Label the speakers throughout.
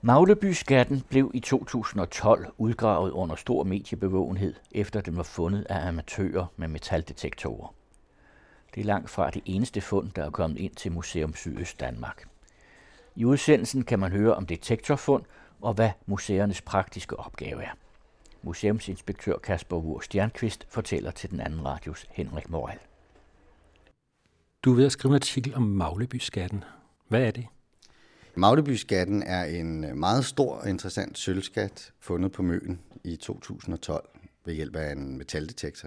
Speaker 1: Magleby-skatten blev i 2012 udgravet under stor mediebevågenhed, efter den var fundet af amatører med metaldetektorer. Det er langt fra det eneste fund, der er kommet ind til Museum Sydøst Danmark. I udsendelsen kan man høre om detektorfund og hvad museernes praktiske opgave er. Museumsinspektør Kasper Wur Stjernquist fortæller til den anden radios Henrik Morel.
Speaker 2: Du er ved at skrive en artikel om Magleby-skatten. Hvad er det?
Speaker 3: Magleby-skatten er en meget stor og interessant sølvskat fundet på Møn i 2012 ved hjælp af en metaldetektor.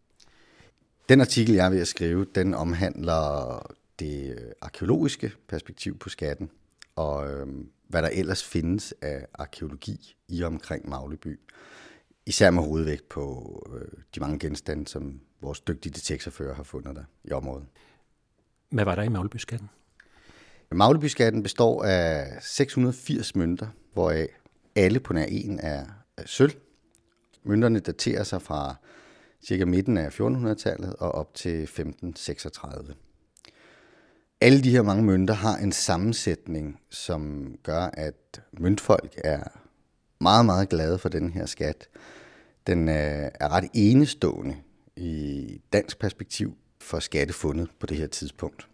Speaker 3: Den artikel, jeg er ved at skrive, den omhandler det arkæologiske perspektiv på skatten og hvad der ellers findes af arkæologi i og omkring Magleby. Især med hovedvægt på de mange genstande, som vores dygtige detektorfører har fundet der i området.
Speaker 2: Hvad var der i Magleby-skatten?
Speaker 3: Magleby-skatten består af 680 mønter, hvoraf alle på nær en er sølv. Mønterne daterer sig fra cirka midten af 1400-tallet og op til 1536. Alle de her mange mønter har en sammensætning, som gør, at møntfolk er meget, meget glade for den her skat. Den er ret enestående i dansk perspektiv for skatte fundet på det her tidspunkt.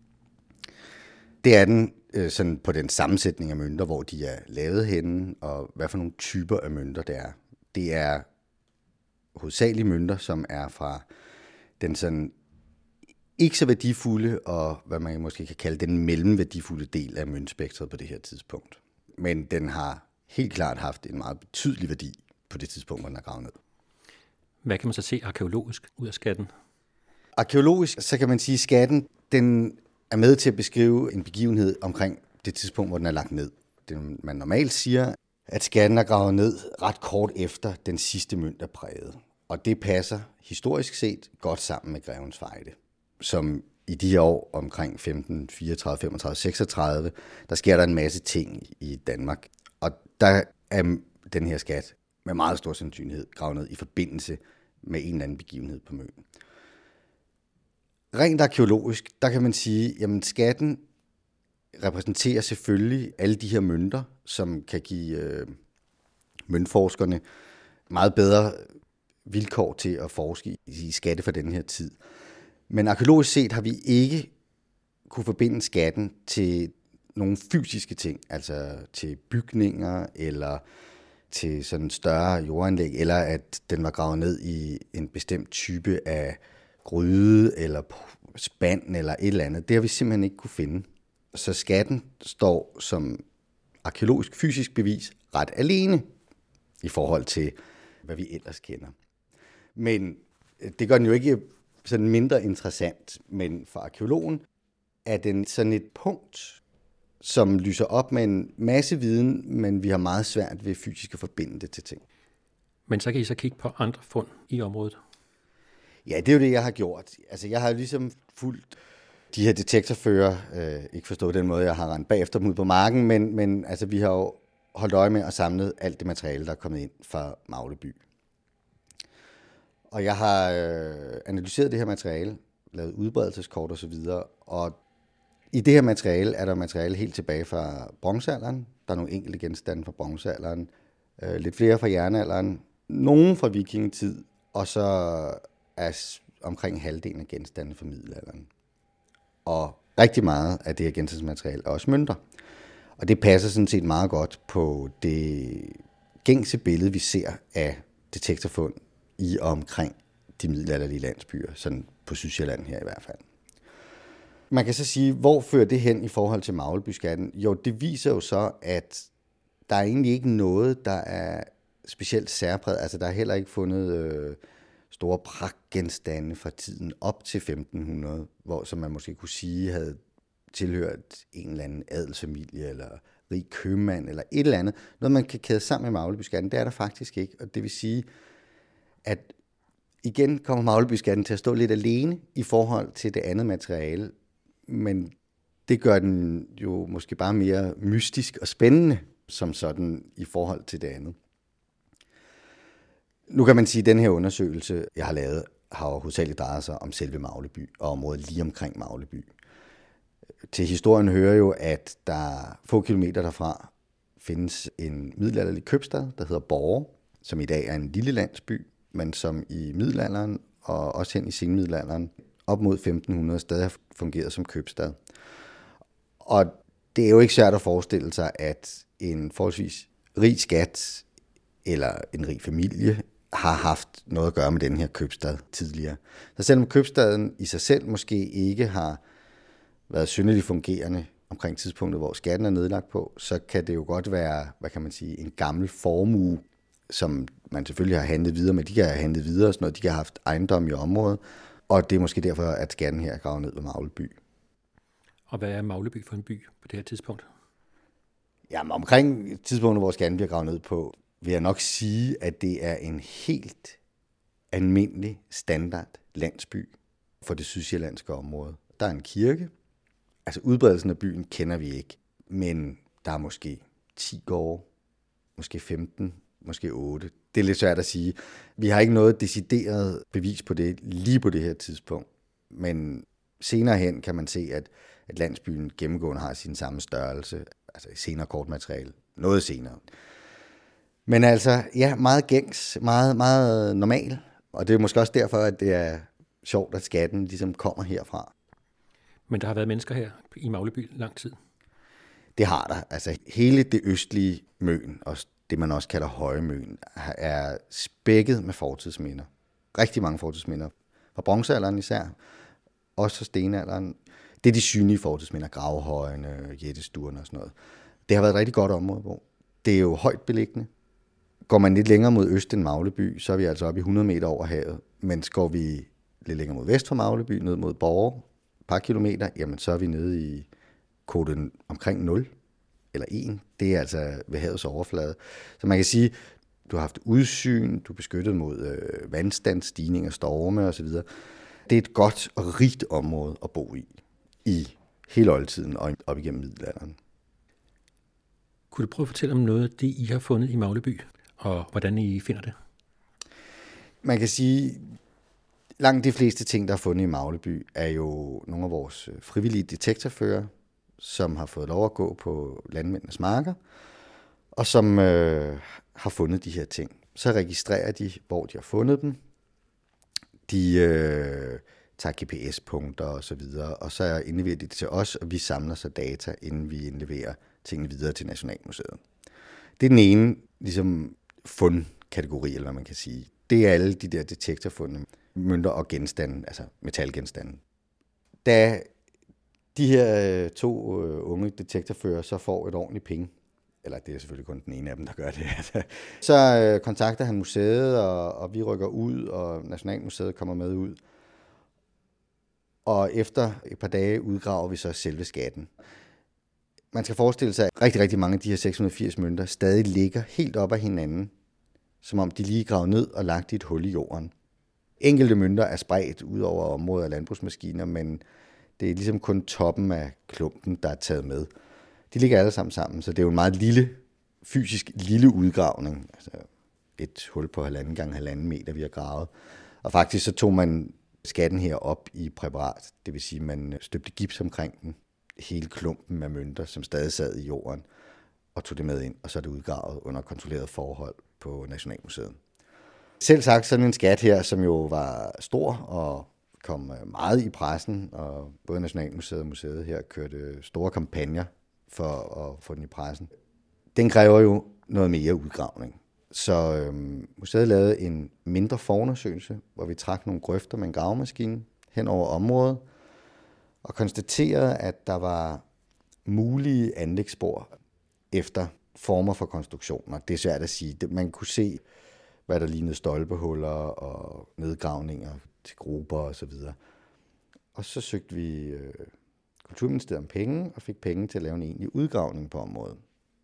Speaker 3: Det er den sådan på den sammensætning af mønter, hvor de er lavet henne, og hvad for nogle typer af mønter det er. Det er hovedsageligt mønter, som er fra den sådan ikke så værdifulde, og hvad man måske kan kalde den mellemværdifulde del af møntspektret på det her tidspunkt. Men den har helt klart haft en meget betydelig værdi på det tidspunkt, hvor den er gravet ned.
Speaker 2: Hvad kan man så se arkæologisk ud af skatten?
Speaker 3: Arkæologisk, så kan man sige, at skatten den er med til at beskrive en begivenhed omkring det tidspunkt, hvor den er lagt ned. Det, man normalt siger, at skatten er gravet ned ret kort efter den sidste mønt er præget. Og det passer historisk set godt sammen med Grevens Fejde, som i de her år omkring 15, 34, 35, 36, der sker der en masse ting i Danmark. Og der er den her skat med meget stor sandsynlighed gravet ned i forbindelse med en eller anden begivenhed på Møn. Rent arkæologisk, der kan man sige, jamen skatten repræsenterer selvfølgelig alle de her mønter, som kan give møntforskerne meget bedre vilkår til at forske i skatte for den her tid. Men arkæologisk set har vi ikke kunne forbinde skatten til nogle fysiske ting, altså til bygninger eller til sådan større jordanlæg, eller at den var gravet ned i en bestemt type af gryde eller spand eller et eller andet. Det har vi simpelthen ikke kunne finde. Så skatten står som arkæologisk fysisk bevis ret alene i forhold til, hvad vi ellers kender. Men det gør den jo ikke sådan mindre interessant, men for arkæologen er den sådan et punkt, som lyser op med en masse viden, men vi har meget svært ved fysisk at forbinde det til ting.
Speaker 2: Men så kan I så kigge på andre fund i området?
Speaker 3: Ja, det er jo det, jeg har gjort. Altså, jeg har ligesom fulgt de her detektorfører, ikke forstået den måde, jeg har rendt bagefter dem ud på marken, men altså, vi har jo holdt øje med og samlet alt det materiale, der er kommet ind fra Magleby. Og jeg har analyseret det her materiale, lavet udbredelseskort og så videre, og i det her materiale er der materiale helt tilbage fra bronzealderen. Der er nogle enkelte genstande fra bronzealderen, lidt flere fra jernalderen, nogle fra vikingetid, og så er omkring halvdelen af genstande fra middelalderen. Og rigtig meget af det her genstandsmateriale er også mønter. Og det passer sådan set meget godt på det gængse billede, vi ser af detektorfund i og omkring de middelalderlige landsbyer, sådan på Sydsjælland her i hvert fald. Man kan så sige, hvor fører det hen i forhold til Magleby-skatten? Jo, det viser jo så, at der er egentlig ikke noget, der er specielt særpræget. Altså, der er heller ikke fundet store pragtgenstande fra tiden op til 1500, som man måske kunne sige havde tilhørt en eller anden adelsfamilie eller rig købmand eller et eller andet. Noget, man kan kæde sammen med Magleby-skatten, det er der faktisk ikke. Og det vil sige, at igen kommer Magleby-skatten til at stå lidt alene i forhold til det andet materiale, men det gør den jo måske bare mere mystisk og spændende som sådan i forhold til det andet. Nu kan man sige, at den her undersøgelse, jeg har lavet, har hovedsageligt drejet sig om selve Magleby og området lige omkring Magleby. Til historien hører jo, at der få kilometer derfra findes en middelalderlig købstad, der hedder Borre, som i dag er en lille landsby, men som i middelalderen og også hen i senmiddelalderen op mod 1500 stadig har fungeret som købstad. Og det er jo ikke svært at forestille sig, at en forholdsvis rig skat eller en rig familie har haft noget at gøre med den her købstad tidligere. Så selvom købstaden i sig selv måske ikke har været synderligt fungerende omkring tidspunktet, hvor skatten er nedlagt på, så kan det jo godt være, hvad kan man sige, en gammel formue, som man selvfølgelig har handlet videre med. De kan have handlet videre, sådan noget. De kan have haft ejendom i området, og det er måske derfor, at skatten her er gravet ned ved Magleby.
Speaker 2: Og hvad er Magleby for en by på det her tidspunkt?
Speaker 3: Jamen, omkring tidspunktet, hvor skatten bliver gravet ned på, vil jeg nok sige, at det er en helt almindelig standard landsby for det sydsjællandske område. Der er en kirke. Altså udbredelsen af byen kender vi ikke, men der er måske 10 gårde, måske 15, måske 8. Det er lidt svært at sige. Vi har ikke noget decideret bevis på det lige på det her tidspunkt, men senere hen kan man se, at landsbyen gennemgående har sin samme størrelse, altså i senere kortmateriale, noget senere. Men altså, ja, meget gængs, meget, meget normal, og det er måske også derfor, at det er sjovt, at skatten ligesom kommer herfra.
Speaker 2: Men der har været mennesker her i Magleby lang tid?
Speaker 3: Det har der. Altså hele det østlige Møn, og det man også kalder Høje Møn, er spækket med fortidsminder. Rigtig mange fortidsminder. Fra bronzealderen især, også fra stenalderen. Det er de synlige fortidsminder, gravhøjene, jættestuerne og sådan noget. Det har været et rigtig godt område, hvor det er jo højt beliggende. Går man lidt længere mod øst end Magleby, så er vi altså oppe i 100 meter over havet. Mens går vi lidt længere mod vest fra Magleby, ned mod Borre, et par kilometer, jamen så er vi nede i koden omkring 0 eller 1. Det er altså ved havets overflade. Så man kan sige, du har haft udsyn, du er beskyttet mod vandstandsstigninger, storme osv. Det er et godt og rigt område at bo i hele oldtiden og op igennem middelalderen.
Speaker 2: Kunne du prøve at fortælle om noget af det, I har fundet i Magleby, og hvordan I finder det?
Speaker 3: Man kan sige, langt de fleste ting, der er fundet i Magleby, er jo nogle af vores frivillige detektorfører, som har fået lov at gå på landmændenes marker, og som har fundet de her ting. Så registrerer de, hvor de har fundet dem. De tager GPS-punkter og så videre, og så indleverer de det til os, og vi samler så data, inden vi indleverer tingene videre til Nationalmuseet. Det er den ene ligesom fundkategori, eller hvad man kan sige. Det er alle de der detektorfunde, mønter og genstande, altså metalgenstande. Da de her 2 unge detektorfører så får et ordentligt penge, eller det er selvfølgelig kun den ene af dem, der gør det, så kontakter han museet, og vi rykker ud, og Nationalmuseet kommer med ud. Og efter et par dage udgraver vi så selve skatten. Man skal forestille sig, at rigtig, rigtig mange af de her 680 mønter stadig ligger helt op ad hinanden, som om de lige er gravet ned og lagt i et hul i jorden. Enkelte mønter er spredt ud over området af landbrugsmaskiner, men det er ligesom kun toppen af klumpen, der er taget med. De ligger alle sammen, så det er jo en meget lille, fysisk lille udgravning. Altså et hul på 1,5 gange 1,5 meter, vi har gravet. Og faktisk så tog man skatten her op i præparat, det vil sige, man støbte gips omkring den, hele klumpen af mønter, som stadig sad i jorden, og tog det med ind, og så er det udgravet under kontrolleret forhold på Nationalmuseet. Selv sagt sådan en skat her, som jo var stor og kom meget i pressen, og både Nationalmuseet og museet her kørte store kampagner for at få den i pressen. Den kræver jo noget mere udgravning. Så museet lavede en mindre forundersøgelse, hvor vi trak nogle grøfter med en gravemaskine hen over området, og konstaterede, at der var mulige anlægsspor efter former for konstruktioner. Det er svært at sige. Man kunne se, hvad der lignede stolpehuller og nedgravninger til gruber osv. Og så søgte vi Kulturministeriet om penge, og fik penge til at lave en egentlig udgravning på området.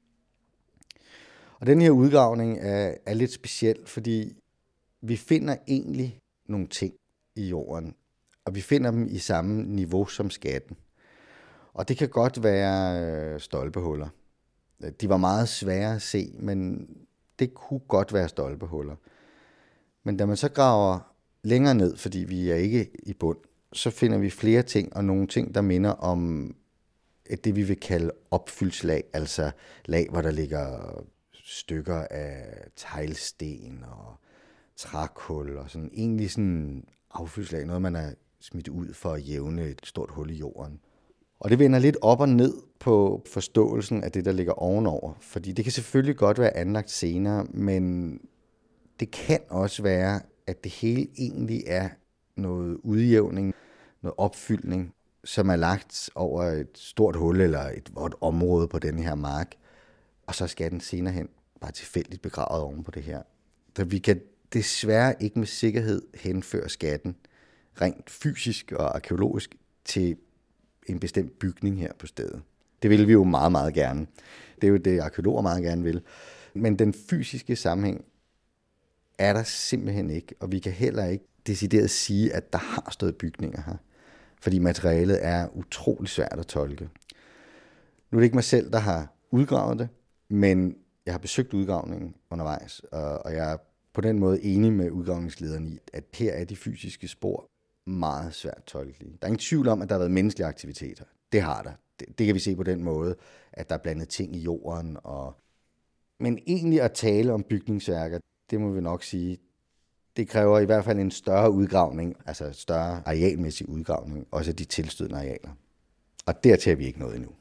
Speaker 3: Og den her udgravning er lidt speciel, fordi vi finder egentlig nogle ting i jorden, og vi finder dem i samme niveau som skatten. Og det kan godt være stolpehuller. De var meget svære at se, men det kunne godt være stolpehuller. Men da man så graver længere ned, fordi vi er ikke i bund, så finder vi flere ting, og nogle ting, der minder om det, vi vil kalde opfyldslag, altså lag, hvor der ligger stykker af teglsten og trækul og sådan egentlig sådan affyldslag, noget man er smidt ud for at jævne et stort hul i jorden. Og det vender lidt op og ned på forståelsen af det, der ligger ovenover, fordi det kan selvfølgelig godt være anlagt senere, men det kan også være, at det hele egentlig er noget udjævning, noget opfyldning, som er lagt over et stort hul eller et område på den her mark, og så skal den senere hen bare tilfældigt begravet oven på det her. Så vi kan desværre ikke med sikkerhed henføre skatten rent fysisk og arkeologisk til en bestemt bygning her på stedet. Det vil vi jo meget, meget gerne. Det er jo det, arkeologer meget gerne vil. Men den fysiske sammenhæng er der simpelthen ikke, og vi kan heller ikke decideret sige, at der har stået bygninger her, fordi materialet er utrolig svært at tolke. Nu er det ikke mig selv, der har udgravet det, men jeg har besøgt udgravningen undervejs, og jeg er på den måde enig med udgravningslederen i, at her er de fysiske spor meget svært tolkelige. Der er ingen tvivl om, at der har været menneskelige aktiviteter. Det har der. Det kan vi se på den måde, at der er blandet ting i jorden. Men egentlig at tale om bygningsværker, det må vi nok sige, det kræver i hvert fald en større udgravning, altså større arealmæssig udgravning, også af de tilstødende arealer. Og dertil er vi ikke nået endnu.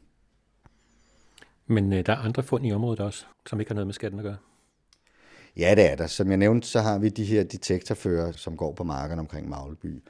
Speaker 2: Men der er andre fund i området også, som ikke har noget med skatten at gøre?
Speaker 3: Ja, det er der. Som jeg nævnte, så har vi de her detektorfører, som går på markerne omkring Magleby.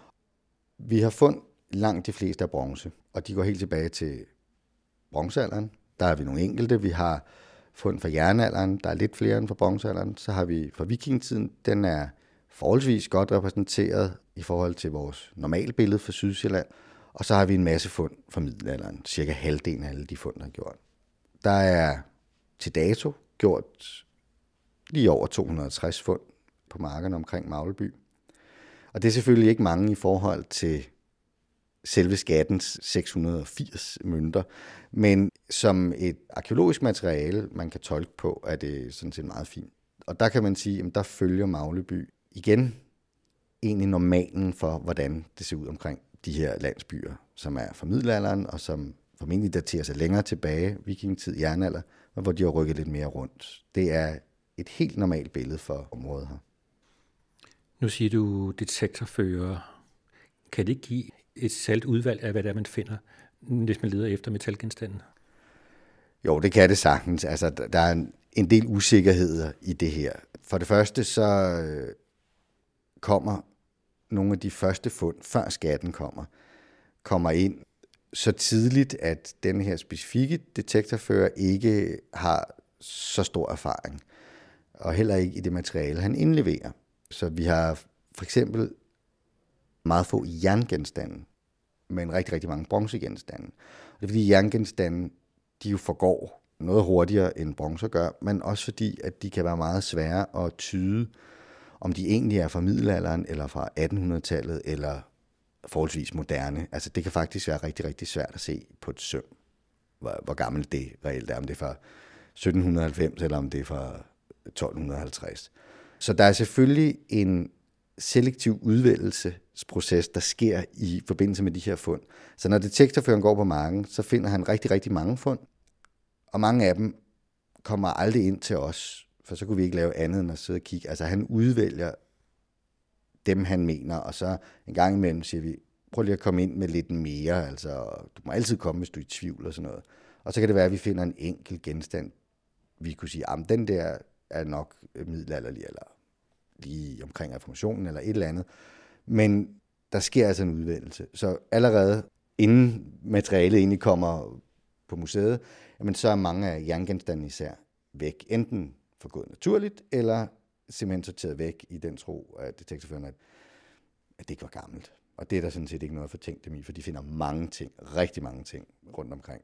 Speaker 3: Vi har fundet langt de fleste af bronze, og de går helt tilbage til bronzealderen. Der har vi nogle enkelte. Vi har fundet fra jernalderen, der er lidt flere end fra bronzealderen. Så har vi fra vikingetiden, den er forholdsvis godt repræsenteret i forhold til vores normale billede for Sydsjælland. Og så har vi en masse fund fra middelalderen, cirka halvdelen af alle de fund, der er gjort. Der er til dato gjort lige over 260 fund på markerne omkring Magleby. Og det er selvfølgelig ikke mange i forhold til selve skattens 680 mønter, men som et arkeologisk materiale, man kan tolke på, er det sådan set meget fint. Og der kan man sige, at der følger Magleby igen egentlig normalen for, hvordan det ser ud omkring de her landsbyer, som er fra middelalderen, og som formentlig daterer sig længere tilbage, vikingetid, jernalder, og hvor de har rykket lidt mere rundt. Det er et helt normalt billede for området her.
Speaker 2: Nu siger du detektorfører. Kan det give et særligt udvalg af, hvad det er, man finder, hvis man leder efter metalgenstanden?
Speaker 3: Jo, det kan det sagtens. Altså, der er en del usikkerheder i det her. For det første så kommer nogle af de første fund, før skatten kommer ind så tidligt, at den her specifikke detektorfører ikke har så stor erfaring, og heller ikke i det materiale, han indleverer. Så vi har for eksempel meget få jerngenstande, men rigtig, rigtig mange bronzegenstande. Det er fordi jerngenstande, de jo forgår noget hurtigere end bronze gør, men også fordi, at de kan være meget svære at tyde, om de egentlig er fra middelalderen, eller fra 1800-tallet, eller forholdsvis moderne. Altså det kan faktisk være rigtig, rigtig svært at se på et søm, hvor gammelt det reelt er, om det er fra 1790, eller om det er fra 1250. Så der er selvfølgelig en selektiv udvælgelsesproces, der sker i forbindelse med de her fund. Så når detektorføren går på marken, så finder han rigtig, rigtig mange fund, og mange af dem kommer aldrig ind til os, for så kunne vi ikke lave andet end at sidde og kigge. Altså han udvælger dem, han mener, og så en gang imellem siger vi, prøv lige at komme ind med lidt mere, altså du må altid komme, hvis du er i tvivl og sådan noget. Og så kan det være, at vi finder en enkelt genstand, vi kunne sige, den der er nok middelalderlig, eller lige omkring reformationen, eller et eller andet. Men der sker altså en udvælgelse. Så allerede inden materialet egentlig kommer på museet, jamen så er mange af jerngenstandene især væk. Enten forgået naturligt, eller simpelthen sorteret væk i den tro af detektorføren, at det ikke var gammelt. Og det er der sådan set ikke noget for tænkt dem i, for de finder mange ting, rigtig mange ting rundt omkring.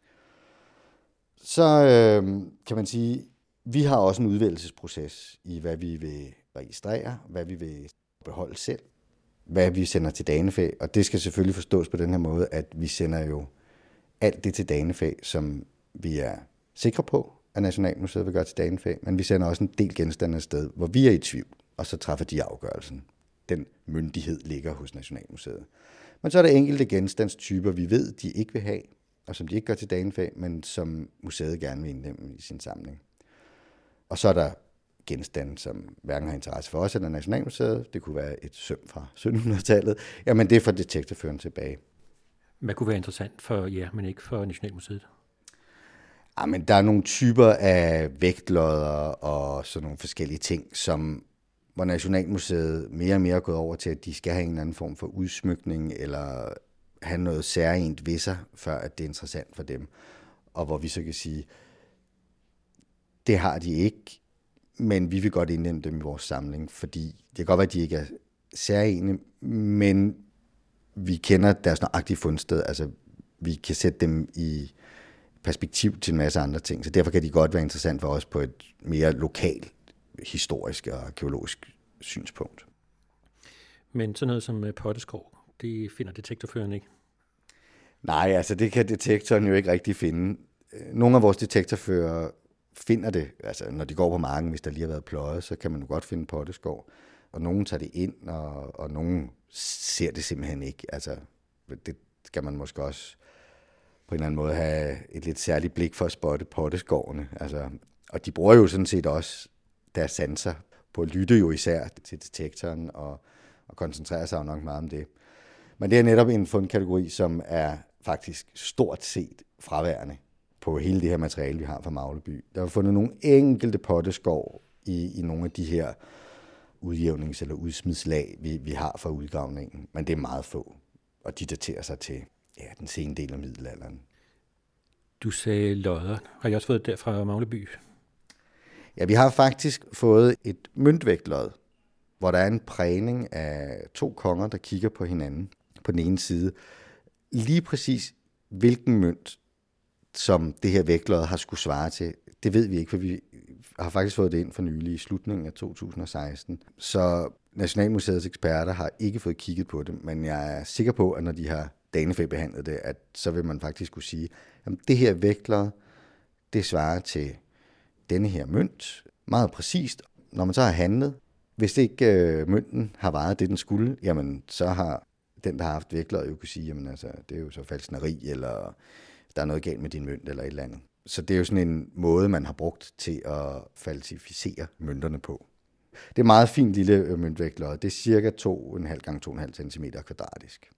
Speaker 3: Så kan man sige, vi har også en udvælgelsesproces i, hvad vi vil registrere, hvad vi vil beholde selv, hvad vi sender til Danefæ. Og det skal selvfølgelig forstås på den her måde, at vi sender jo alt det til Danefæ, som vi er sikre på, at Nationalmuseet vil gøre til Danefæ, men vi sender også en del genstande afsted, hvor vi er i tvivl, og så træffer de afgørelsen. Den myndighed ligger hos Nationalmuseet. Men så er der enkelte genstandstyper, vi ved, de ikke vil have, og som de ikke gør til danefæ, men som museet gerne vil indlemme i sin samling. Og så er der genstande, som hverken har interesse for os eller Nationalmuseet. Det kunne være et søm fra 1700-tallet. Jamen, det er for detektorføren tilbage.
Speaker 2: Hvad kunne være interessant for jer, men ikke for Nationalmuseet?
Speaker 3: Jamen, der er nogle typer af vægtlodder og sådan nogle forskellige ting, hvor Nationalmuseet mere og mere er gået over til, at de skal have en eller anden form for udsmykning eller have noget særligt ved sig, før at det er interessant for dem. Og hvor vi så kan sige, det har de ikke, men vi vil godt indlemme dem i vores samling, fordi det kan godt være, at de ikke er særlige, men vi kender deres nøjagtige fundsted, altså vi kan sætte dem i perspektiv til en masse andre ting, så derfor kan de godt være interessant for os på et mere lokalt, historisk og arkeologisk synspunkt.
Speaker 2: Men sådan noget som potteskår, det finder detektorføreren ikke?
Speaker 3: Nej, altså det kan detektoren jo ikke rigtig finde. Nogle af vores detektorfører finder det, altså når de går på marken, hvis der lige har været pløjet, så kan man jo godt finde potteskår. Og nogen tager det ind, og nogen ser det simpelthen ikke. Altså det skal man måske også på en eller anden måde have et lidt særligt blik for at spotte potteskårene. Altså, og de bruger jo sådan set også deres sanser på at lytte jo især til detektoren og koncentrere sig jo nok meget om det. Men det er netop en fundkategori, som er faktisk stort set fraværende på hele det her materiale, vi har fra Magleby. Der er fundet nogle enkelte potteskår i nogle af de her udjævnings- eller udsmidslag, vi har fra udgravningen, men det er meget få, og de daterer sig til den sene del af middelalderen.
Speaker 2: Du sagde lodder. Har I også fået det der fra Magleby?
Speaker 3: Ja, vi har faktisk fået et møntvægtlod, hvor der er en prægning af 2 konger, der kigger på hinanden på den ene side. Lige præcis hvilken mønt, som det her vægtlod har skulle svare til, det ved vi ikke, for vi har faktisk fået det ind for nylig i slutningen af 2016. Så Nationalmuseets eksperter har ikke fået kigget på det, men jeg er sikker på, at når de har danefæ-behandlet det, at så vil man faktisk kunne sige, at det her vægtlod, det svarer til denne her mønt, meget præcist. Når man så har handlet, hvis ikke mønten har vejet det, den skulle, jamen så har den, der har haft vægtlod, jo kunne sige, jamen altså, det er jo så falskneri, eller der er noget galt med din mønt, eller et eller andet. Så det er jo sådan en måde, man har brugt til at falsificere mønterne på. Det er meget fint lille møntvægtlod. Det er cirka 2,5 x 2,5 cm kvadratisk.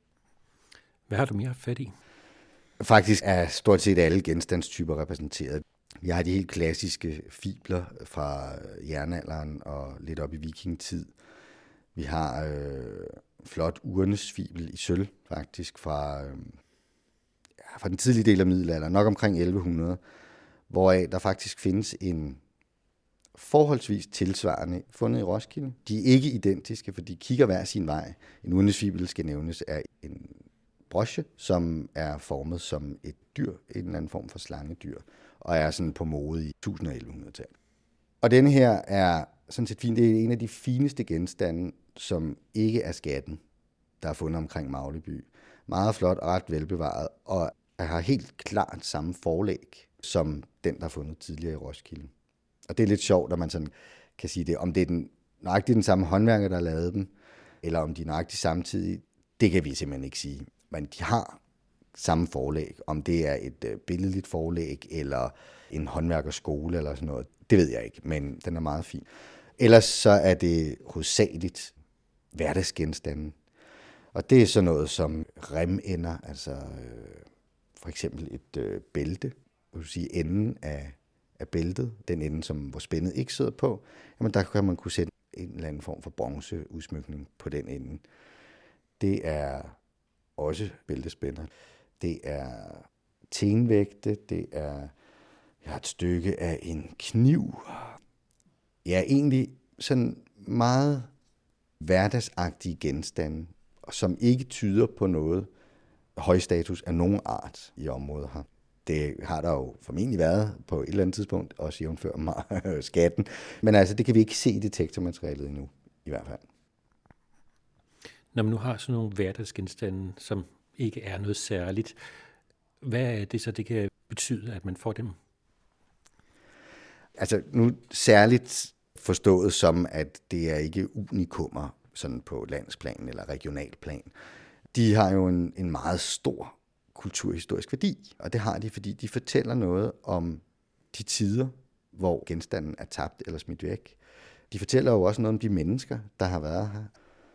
Speaker 2: Hvad har du mere fat i?
Speaker 3: Faktisk er stort set alle genstandstyper repræsenteret. Vi har de helt klassiske fibler fra jernalderen og lidt op i vikingetid. Vi har flot urnesfibel i sølv, faktisk fra den tidlige del af middelalderen, nok omkring 1100, hvoraf der faktisk findes en forholdsvis tilsvarende fundet i Roskilde. De er ikke identiske, for de kigger hver sin vej. En urnesfibel skal nævnes er en broche, som er formet som et dyr, en eller anden form for slangedyr, og er sådan på mode i 1000- og 1100-tallet. Og denne her er sådan set fint. Det er en af de fineste genstande, som ikke er skatten, der er fundet omkring Magleby. Meget flot og ret velbevaret, og har helt klart samme forlæg som den, der er fundet tidligere i Roskilde. Og det er lidt sjovt, at man sådan kan sige det, om det er nøjagtigt den samme håndværker, der har lavet dem, eller om de er nøjagtigt samtidig, det kan vi simpelthen ikke sige. Men de har samme forlæg. Om det er et billedligt forlæg, eller en håndværkerskole, eller sådan noget, det ved jeg ikke, men den er meget fin. Ellers så er det hovedsageligt hverdagsgenstande. Og det er sådan noget som remender, altså for eksempel et bælte, vil du sige enden af bæltet, den ende, hvor spændet ikke sidder på, jamen der kan man kunne sætte en eller anden form for bronzeudsmykning på den ende. Det er også bæltespænder. Det er tenvægte, jeg har et stykke af en kniv. Ja, egentlig sådan meget hverdagsagtige genstande, som ikke tyder på noget højstatus af nogen art i området her. Det har der jo formentlig været på et eller andet tidspunkt, også jævnfør skatten. Men altså, det kan vi ikke se i detektormaterialet endnu, i hvert fald.
Speaker 2: Når man nu har sådan nogle hverdagsgenstande, som ikke er noget særligt, hvad er det så, det kan betyde, at man får dem?
Speaker 3: Altså nu særligt forstået som, at det er ikke unikummer sådan på landsplan eller regionalplan. De har jo en meget stor kulturhistorisk værdi. Og det har de, fordi de fortæller noget om de tider, hvor genstanden er tabt eller smidt væk. De fortæller jo også noget om de mennesker, der har været her.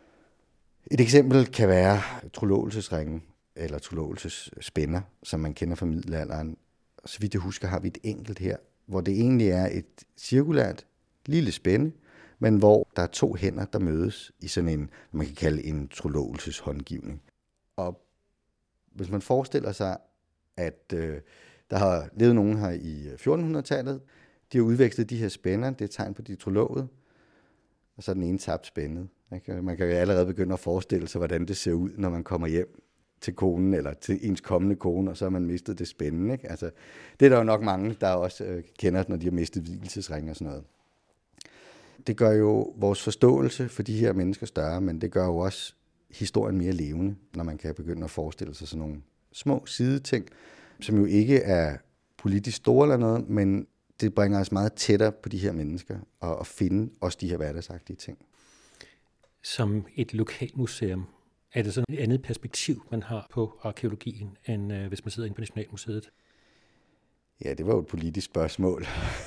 Speaker 3: Et eksempel kan være trolovelsesringen eller trolovelsesspænder, som man kender fra middelalderen. Så vidt jeg husker, har vi et enkelt her, hvor det egentlig er et cirkulært lille spænde, men hvor der er 2 hænder, der mødes i sådan en, man kan kalde en trolovelseshåndgivning. Og hvis man forestiller sig, at der har levet nogen her i 1400-tallet, de har udvekslet de her spænder, det er tegn på, de er trolovede, og så er den ene tabt spændet. Man kan jo allerede begynde at forestille sig, hvordan det ser ud, når man kommer hjem til konen, eller til ens kommende kone, og så har man mistet det spændende. Ikke? Altså, det er der jo nok mange, der også kender, når de har mistet vielsesring og sådan noget. Det gør jo vores forståelse for de her mennesker større, men det gør jo også historien mere levende, når man kan begynde at forestille sig sådan nogle små sideting, som jo ikke er politisk store eller noget, men det bringer os meget tættere på de her mennesker, og finde også de her hverdagsagtige ting.
Speaker 2: Som et lokalmuseum, er det sådan et andet perspektiv, man har på arkæologien, end hvis man sidder inde på Nationalmuseet?
Speaker 3: Ja, det var jo et politisk spørgsmål.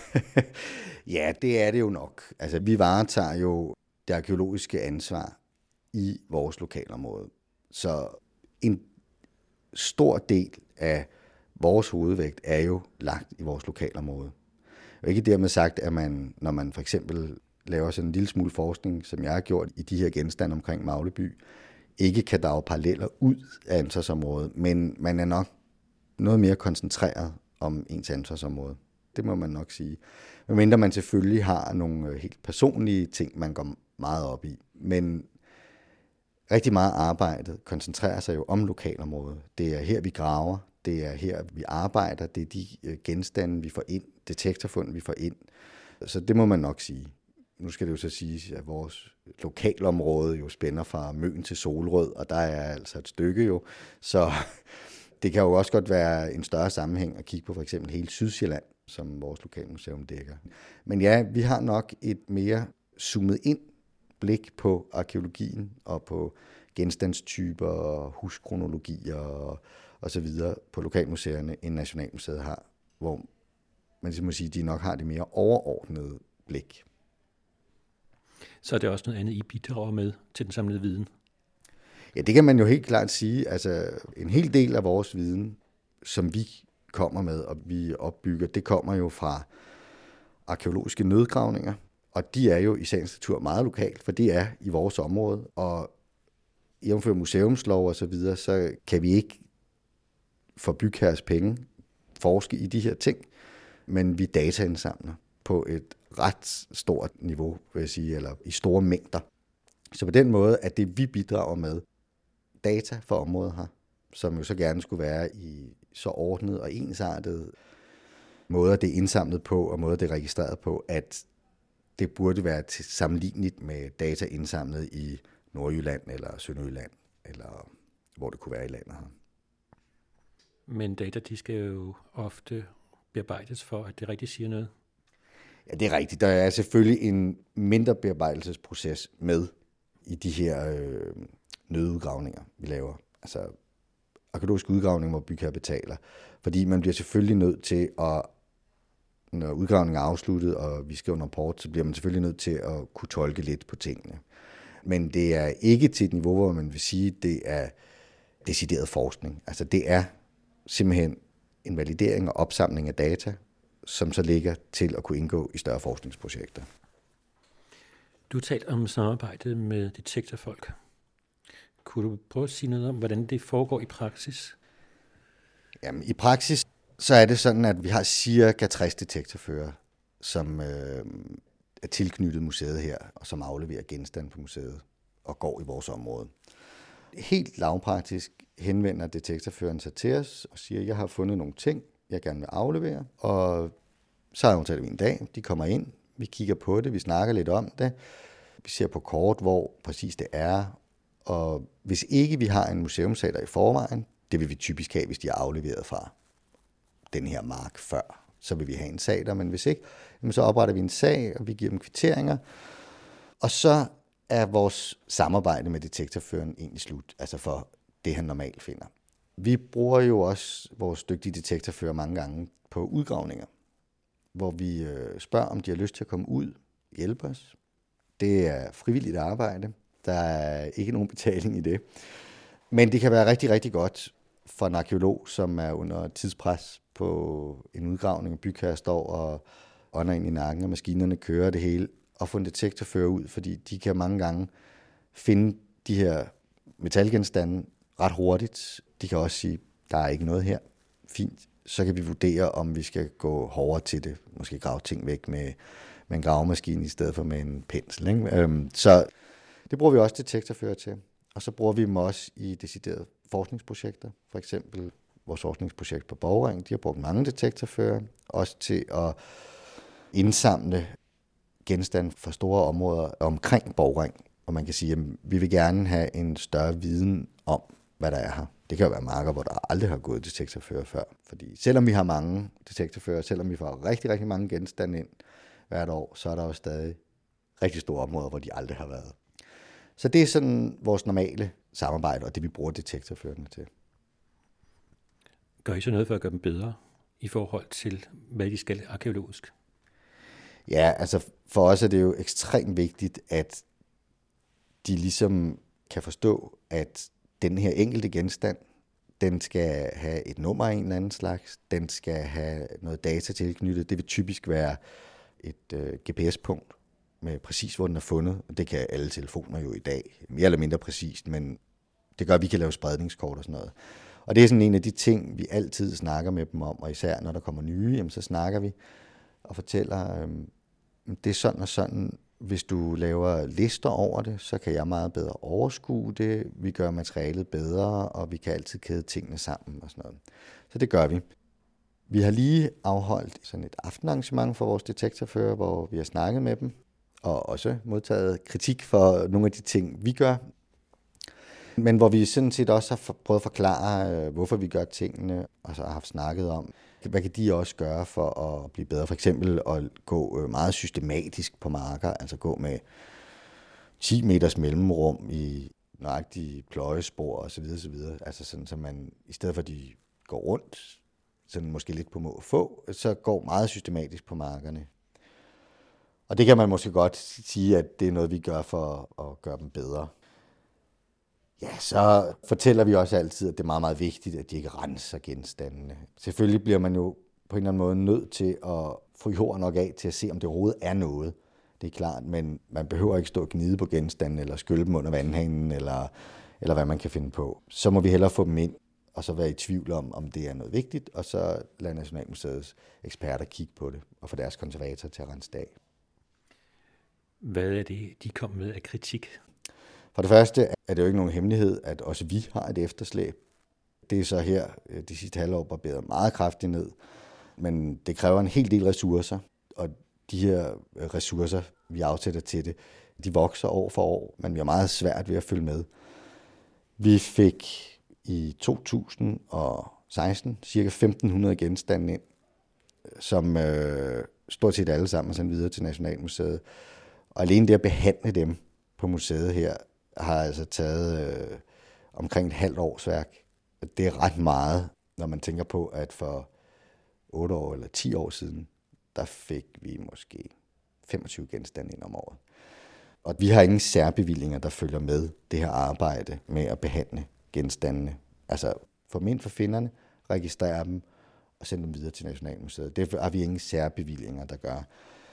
Speaker 3: Ja, det er det jo nok. Altså, vi varetager jo det arkæologiske ansvar i vores lokalområde. Så en stor del af vores hovedvægt er jo lagt i vores lokalområde. Og ikke dermed sagt, at man, når man for eksempel laver sådan en lille smule forskning, som jeg har gjort i de her genstande omkring Magleby, ikke kan drage paralleller ud af ansvarsområdet, men man er nok noget mere koncentreret om ens ansvarsområde. Det må man nok sige. Medmindre man selvfølgelig har nogle helt personlige ting, man går meget op i. Men rigtig meget arbejdet koncentrerer sig jo om lokalområdet. Det er her, vi graver. Det er her, vi arbejder. Det er de genstande, vi får ind. Detektorfund, vi får ind. Så det må man nok sige. Nu skal det jo så siges, at vores lokalområde jo spænder fra Møn til Solrød, og der er altså et stykke jo. Så det kan jo også godt være en større sammenhæng at kigge på for eksempel hele Sydsjælland, som vores lokalmuseum dækker. Men ja, vi har nok et mere zoomet ind blik på arkæologien og på genstandstyper og huskronologier og så videre på lokalmuseerne, end Nationalmuseet har, hvor man må sige, at de nok har det mere overordnede blik.
Speaker 2: Så er det også noget andet, I bidrager med til den samlede viden?
Speaker 3: Ja, det kan man jo helt klart sige. Altså, en hel del af vores viden, som vi kommer med og vi opbygger, det kommer jo fra arkæologiske nødgravninger, og de er jo i sagens natur meget lokalt, for det er i vores område, og jævnfør museumslov og så videre, så kan vi ikke for bygherres penge forske i de her ting, men vi dataindsamler på et ret stort niveau, vil jeg sige, eller i store mængder. Så på den måde er det, vi bidrager med, data for området her, som jo så gerne skulle være i så ordnet og ensartet måder, det er indsamlet på, og måder, det er registreret på, at det burde være sammenligneligt med data indsamlet i Nordjylland eller Sønderjylland, eller hvor det kunne være i landet her.
Speaker 2: Men data, de skal jo ofte bearbejdes for, at det rigtigt siger noget.
Speaker 3: Ja, det er rigtigt. Der er selvfølgelig en mindre bearbejdelsesproces med i de her nødudgravninger, vi laver. Altså arkæologisk udgravning, hvor bygherre betaler. Fordi man bliver selvfølgelig nødt til at, når udgravningen er afsluttet, og vi skriver en rapport, så bliver man selvfølgelig nødt til at kunne tolke lidt på tingene. Men det er ikke til et niveau, hvor man vil sige, at det er decideret forskning. Altså det er simpelthen en validering og opsamling af data, som så ligger til at kunne indgå i større forskningsprojekter.
Speaker 2: Du har talt om samarbejdet med detektorfolk. Kunne du prøve at sige noget om, hvordan det foregår i praksis?
Speaker 3: Jamen, i praksis så er det sådan, at vi har cirka 60 detektorførere, som er tilknyttet museet her, og som afleverer genstand på museet og går i vores område. Helt lavpraktisk henvender detektorføreren sig til os og siger, jeg har fundet nogle ting, jeg gerne vil aflevere, og så aftaler vi en dag, de kommer ind, vi kigger på det, vi snakker lidt om det, vi ser på kort, hvor præcis det er, og hvis ikke vi har en museumssag der i forvejen, det vil vi typisk have, hvis de er afleveret fra den her mark før, så vil vi have en sag der, men hvis ikke, så opretter vi en sag, og vi giver dem kvitteringer, og så er vores samarbejde med detektorføren egentlig slut, altså for det han normalt finder. Vi bruger jo også vores dygtige detektorfører mange gange på udgravninger, hvor vi spørger, om de har lyst til at komme ud, hjælpe os. Det er frivilligt arbejde. Der er ikke nogen betaling i det. Men det kan være rigtig, rigtig godt for en arkeolog, som er under tidspres på en udgravning, bygherre står og ånder ind i nakken, og maskinerne kører det hele, og få en detektorfører ud, fordi de kan mange gange finde de her metalgenstande ret hurtigt. De kan også sige, der er ikke noget her. Fint. Så kan vi vurdere, om vi skal gå hårdere til det. Måske grave ting væk med en gravemaskine i stedet for med en pensel. Ikke? Så det bruger vi også detektorfører til. Og så bruger vi dem også i deciderede forskningsprojekter. For eksempel vores forskningsprojekt på Borgring. De har brugt mange detektorfører, også til at indsamle genstande fra store områder omkring Borgring. Og man kan sige, at vi vil gerne have en større viden om, hvad der er her. Det kan jo være marker, hvor der aldrig har gået detektorfører før. Fordi selvom vi har mange detektorfører, selvom vi får rigtig, rigtig mange genstande ind hvert år, så er der jo stadig rigtig store områder, hvor de aldrig har været. Så det er sådan vores normale samarbejde, og det vi bruger detektorførerne til.
Speaker 2: Gør I så noget for at gøre dem bedre i forhold til, hvad de skal arkæologisk?
Speaker 3: Ja, altså for os er det jo ekstremt vigtigt, at de ligesom kan forstå, at den her enkelte genstand, den skal have et nummer af en eller anden slags, den skal have noget data tilknyttet. Det vil typisk være et GPS-punkt med præcis, hvor den er fundet. Det kan alle telefoner jo i dag, mere eller mindre præcist, men det gør, at vi kan lave spredningskort og sådan noget. Og det er sådan en af de ting, vi altid snakker med dem om, og især når der kommer nye, jamen, så snakker vi og fortæller, det er sådan og sådan. Hvis du laver lister over det, så kan jeg meget bedre overskue det. Vi gør materialet bedre, og vi kan altid kæde tingene sammen og sådan noget. Så det gør vi. Vi har lige afholdt sådan et aftenarrangement for vores detektorfører, hvor vi har snakket med dem, og også modtaget kritik for nogle af de ting, vi gør. Men hvor vi sådan set også har prøvet at forklare, hvorfor vi gør tingene, og så har haft snakket om, hvad kan de også gøre for at blive bedre? For eksempel at gå meget systematisk på marker, altså gå med 10 meters mellemrum i nøjagtige pløjespor osv. Altså sådan, så man i stedet for at de går rundt, sådan måske lidt på må og få, så går meget systematisk på markerne. Og det kan man måske godt sige, at det er noget, vi gør for at gøre dem bedre. Ja, så fortæller vi også altid, at det er meget, meget vigtigt, at de ikke renser genstandene. Selvfølgelig bliver man jo på en eller anden måde nødt til at få jord nok af til at se, om det overhovedet er noget. Det er klart, men man behøver ikke stå og gnide på genstanden, eller skylde dem under vandhanen, eller hvad man kan finde på. Så må vi hellere få dem ind, og så være i tvivl om det er noget vigtigt, og så lade Nationalmuseets eksperter kigge på det, og få deres konservator til at rense det af.
Speaker 2: Hvad er det, de kommer med af kritik?
Speaker 3: For det første er det jo ikke nogen hemmelighed, at også vi har et efterslæb. Det er så her, de sidste halvår barberet meget kraftigt ned, men det kræver en hel del ressourcer, og de her ressourcer, vi afsætter til det, de vokser år for år, men vi har meget svært ved at følge med. Vi fik i 2016 ca. 1.500 genstande ind, som stort set alle sammen er sendt videre til Nationalmuseet. Og alene det at behandle dem på museet her, har altså taget omkring et halvt års værk. Det er ret meget, når man tænker på, at for 8 år eller 10 år siden, der fik vi måske 25 genstande ind om året. Og vi har ingen særbevillinger, der følger med det her arbejde med at behandle genstandene. Altså formentlig for finderne, registrere dem og sende dem videre til Nationalmuseet. Det har vi ingen særbevillinger, der gør.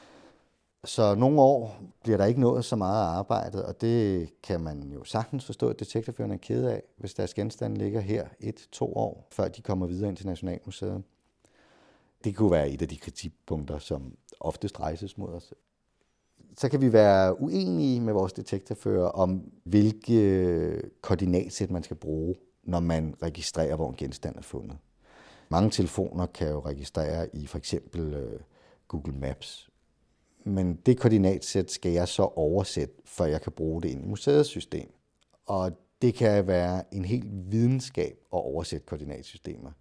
Speaker 3: Så nogle år bliver der ikke nået så meget af arbejdet, og det kan man jo sagtens forstå, at detektorførerne er kede af, hvis deres genstande ligger her 1-2 år, før de kommer videre ind til Nationalmuseet. Det kunne være et af de kritikpunkter, som oftest rejses mod os. Så kan vi være uenige med vores detektorfører om, hvilke koordinatsæt man skal bruge, når man registrerer, hvor en genstand er fundet. Mange telefoner kan jo registrere i for eksempel Google Maps. Men det koordinatsæt skal jeg så oversætte, før jeg kan bruge det ind i museets system. Og det kan være en helt videnskab at oversætte koordinatsystemer.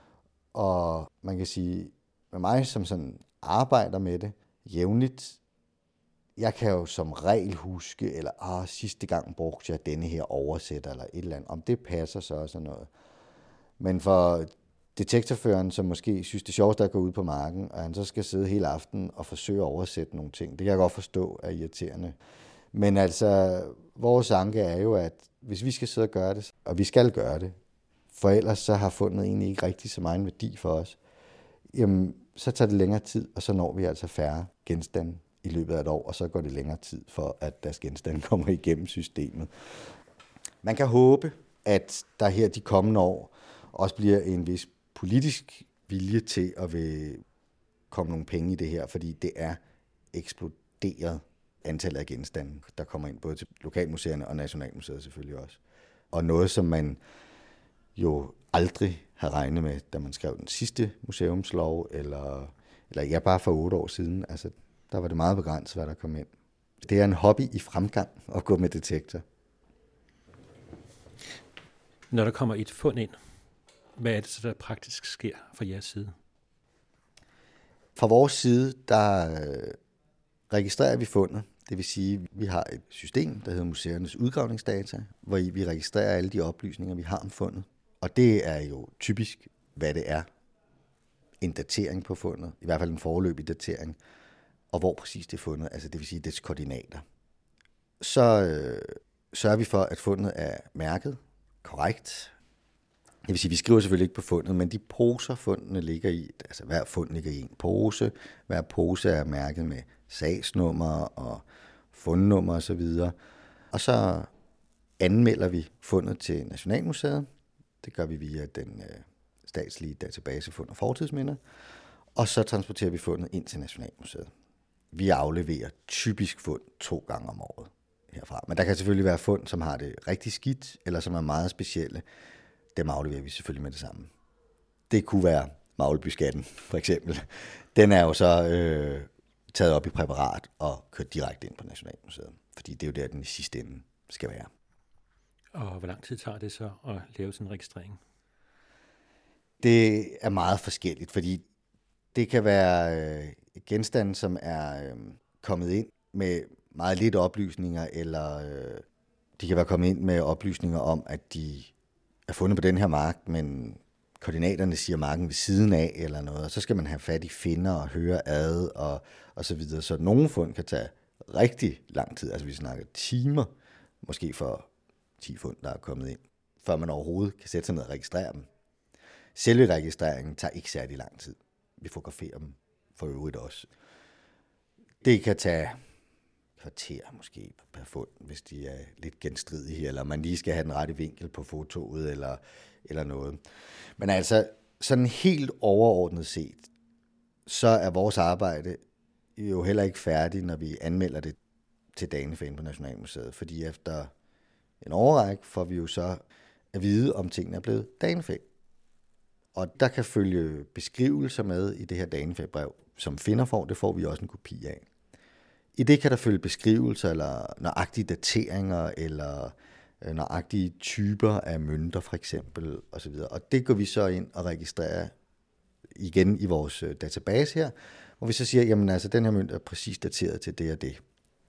Speaker 3: Og man kan sige, med mig som sådan arbejder med det jævnligt, jeg kan jo som regel huske, eller sidste gang brugte jeg denne her oversætter, eller et eller andet, om det passer så og sådan noget. Men for detektorføreren, som måske synes, det sjoveste er at gå ud på marken, og han så skal sidde hele aftenen og forsøge at oversætte nogle ting, det kan jeg godt forstå er irriterende. Men altså, vores anke er jo, at hvis vi skal sidde og gøre det, og vi skal gøre det, for ellers så har fundet egentlig ikke rigtig så meget værdi for os, jamen, så tager det længere tid, og så når vi altså færre genstande i løbet af et år, og så går det længere tid for, at deres genstande kommer igennem systemet. Man kan håbe, at der her de kommende år også bliver en vis politisk vilje til at vil komme nogle penge i det her, fordi det er eksploderet antallet af genstande, der kommer ind både til lokalmuseerne og Nationalmuseet selvfølgelig også. Og noget, som man jo aldrig har regnet med, da man skrev den sidste museumslov, eller ja, bare for 8 år siden. Altså, der var det meget begrænset, hvad der kom ind. Det er en hobby i fremgang at gå med detektor.
Speaker 2: Når der kommer et fund ind, hvad er det så, der praktisk sker fra jeres side?
Speaker 3: Fra vores side, der registrerer vi fundet. Det vil sige, at vi har et system, der hedder Museernes Udgravningsdata, hvor vi registrerer alle de oplysninger, vi har om fundet. Og det er jo typisk, hvad det er. En datering på fundet, i hvert fald en foreløbig datering, og hvor præcis det er fundet, altså det vil sige dets koordinater. Så sørger vi for, at fundet er mærket korrekt. Det vil sige, at vi skriver selvfølgelig ikke på fundet, men de poser, fundene ligger i, altså hver fund ligger i en pose. Hver pose er mærket med sagsnummer og fundnummer osv. Og så anmelder vi fundet til Nationalmuseet. Det gør vi via den statslige database Fund og Fortidsminder. Og så transporterer vi fundet ind til Nationalmuseet. Vi afleverer typisk fund 2 gange om året herfra. Men der kan selvfølgelig være fund, som har det rigtig skidt, eller som er meget specielle. Dem afleverer vi selvfølgelig med det samme. Det kunne være Magleby-skatten, for eksempel. Den er jo så taget op i præparat og kørt direkte ind på Nationalmuseet. Fordi det er jo der, den i sidste ende skal være.
Speaker 2: Og hvor lang tid tager det så at lave sådan en registrering?
Speaker 3: Det er meget forskelligt, fordi det kan være genstande, som er kommet ind med meget lidt oplysninger, eller de kan være kommet ind med oplysninger om, at de er fundet på den her mark, men koordinaterne siger marken ved siden af, eller noget, og så skal man have fat i finder og høre ad, og så videre. Så nogle fund kan tage rigtig lang tid, altså vi snakker timer, måske for 10 fund, der er kommet ind, før man overhovedet kan sætte sig ned og registrere dem. Selve registreringen tager ikke særlig lang tid. Vi fotograferer dem for øvrigt også. Det kan tage kvarter måske per fund, hvis de er lidt genstridige, eller man lige skal have den rette vinkel på fotoet, eller noget. Men altså, sådan helt overordnet set, så er vores arbejde jo heller ikke færdigt, når vi anmelder det til Danefæ på Nationalmuseet, fordi efter en årrække får vi jo så at vide, om tingene er blevet Danefæ. Og der kan følge beskrivelser med i det her Danefæ-brev, som finder får, det får vi også en kopi af. I det kan der følge beskrivelser, eller nøjagtige dateringer, eller nøjagtige typer af mønter, for eksempel, osv. Og det går vi så ind og registrerer igen i vores database her, hvor vi så siger, jamen altså, den her mønt er præcis dateret til det og det.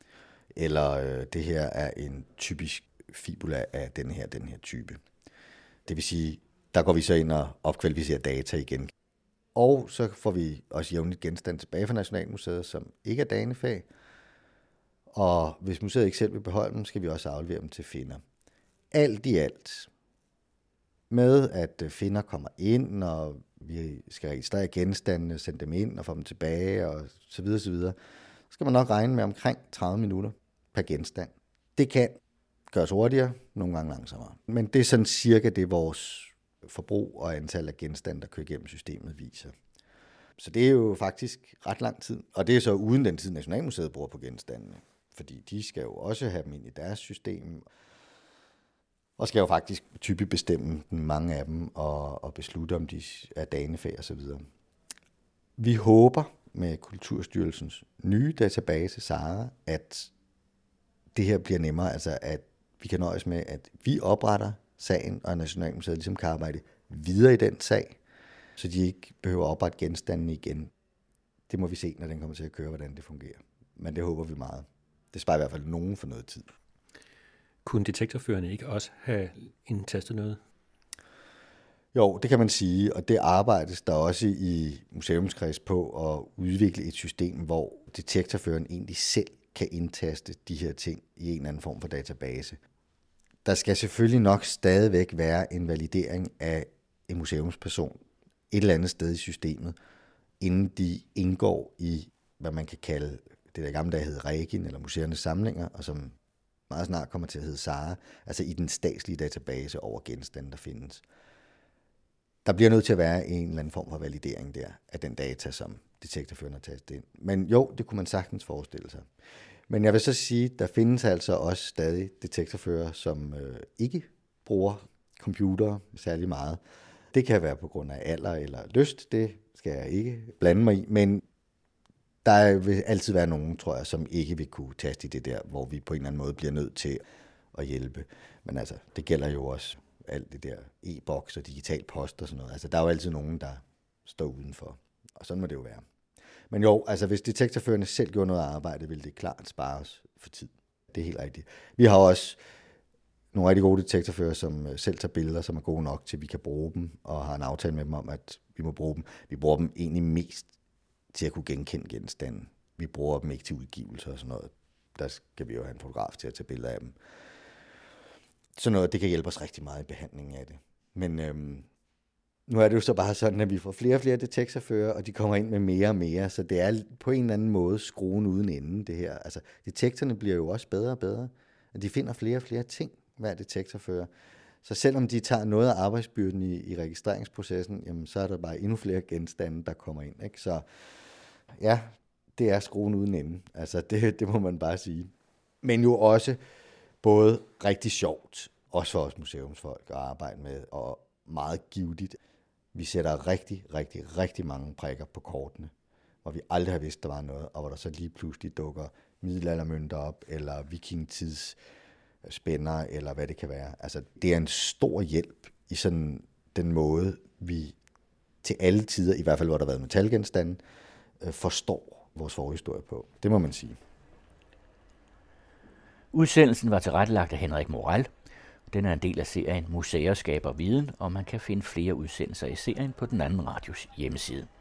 Speaker 3: Eller det her er en typisk fibula af den her type. Det vil sige, der går vi så ind og opkvalificerer data igen. Og så får vi også jævnligt genstand tilbage fra Nationalmuseet, som ikke er Danefæ. Og hvis museet ikke selv vil beholde dem, skal vi også aflevere dem til finder. Alt i alt, med at finder kommer ind, og vi skal registrere genstandene, sende dem ind og få dem tilbage, og så videre, så skal man nok regne med omkring 30 minutter per genstand. Det kan gøres hurtigere, nogle gange langsommere. Men det er sådan cirka det, vores forbrug og antal af genstande, der kører igennem systemet, viser. Så det er jo faktisk ret lang tid. Og det er så uden den tid, Nationalmuseet bruger på genstandene. Fordi de skal jo også have dem ind i deres system. Og skal jo faktisk typisk bestemme mange af dem og beslutte, om de er Danefæ og så videre. Vi håber med Kulturstyrelsens nye database, Sara, at det her bliver nemmere. Altså at vi kan nøjes med, at vi opretter sagen, og Nationalmuseet ligesom kan arbejde videre i den sag, så de ikke behøver at oprette genstandene igen. Det må vi se, når den kommer til at køre, hvordan det fungerer. Men det håber vi meget. Det sparer i hvert fald nogen for noget tid.
Speaker 2: Kunne detektorførerne ikke også have indtastet noget?
Speaker 3: Jo, det kan man sige, og det arbejdes der også i museumskreds på at udvikle et system, hvor detektorføreren egentlig selv kan indtaste de her ting i en eller anden form for database. Der skal selvfølgelig nok stadigvæk være en validering af en museumsperson et eller andet sted i systemet, inden de indgår i, hvad man kan kalde det der gamle dag hed Regin, eller museernes samlinger, og som meget snart kommer til at hedde SARA, altså i den statslige database over genstande, der findes. Der bliver nødt til at være en eller anden form for validering der, af den data, som detektorføreren har tastet ind. Men jo, det kunne man sagtens forestille sig. Men jeg vil så sige, der findes altså også stadig detektorfører, som ikke bruger computere særlig meget. Det kan være på grund af alder eller lyst, det skal jeg ikke blande mig i, men der vil altid være nogen, tror jeg, som ikke vil kunne taste i det der, hvor vi på en eller anden måde bliver nødt til at hjælpe. Men altså, det gælder jo også alt det der e-boks og digital post og sådan noget. Altså, der er jo altid nogen, der står udenfor, og sådan må det jo være. Men jo, altså hvis detektorførerne selv gjorde noget arbejde, ville det klart spare os for tid. Det er helt rigtigt. Vi har også nogle rigtig gode detektorfører, som selv tager billeder, som er gode nok til, at vi kan bruge dem, og har en aftale med dem om, at vi må bruge dem. Vi bruger dem egentlig mest til at kunne genkende genstanden. Vi bruger dem ikke til udgivelser og sådan noget. Der skal vi jo have en fotograf til at tage billeder af dem. Sådan noget, det kan hjælpe os rigtig meget i behandlingen af det. Men nu er det jo så bare sådan, at vi får flere og flere detektorfører, og de kommer ind med mere og mere, så det er på en eller anden måde skruen uden ende, det her. Altså, detektorerne bliver jo også bedre og bedre, og de finder flere og flere ting, hver detektorfører. Så selvom de tager noget af arbejdsbyrden i registreringsprocessen, jamen, så er der bare endnu flere genstande, der kommer ind. Ikke? Så ja, det er skruen uden ende. Altså, det må man bare sige. Men jo også både rigtig sjovt, også for os museumsfolk at arbejde med, og meget givtigt. Vi sætter rigtig mange prikker på kortene, hvor vi aldrig har vidst, der var noget, og hvor der så lige pludselig dukker middelaldermønter op, eller vikingtids spænder, eller hvad det kan være. Altså, det er en stor hjælp i sådan den måde, vi til alle tider, i hvert fald hvor der har været metalgenstande, forstår vores forhistorie på. Det må man sige.
Speaker 1: Udsendelsen var tilrettelagt af Henrik Moral. Den er en del af serien Museer skaber viden, og man kan finde flere udsendelser i serien på Den Anden Radios hjemmeside.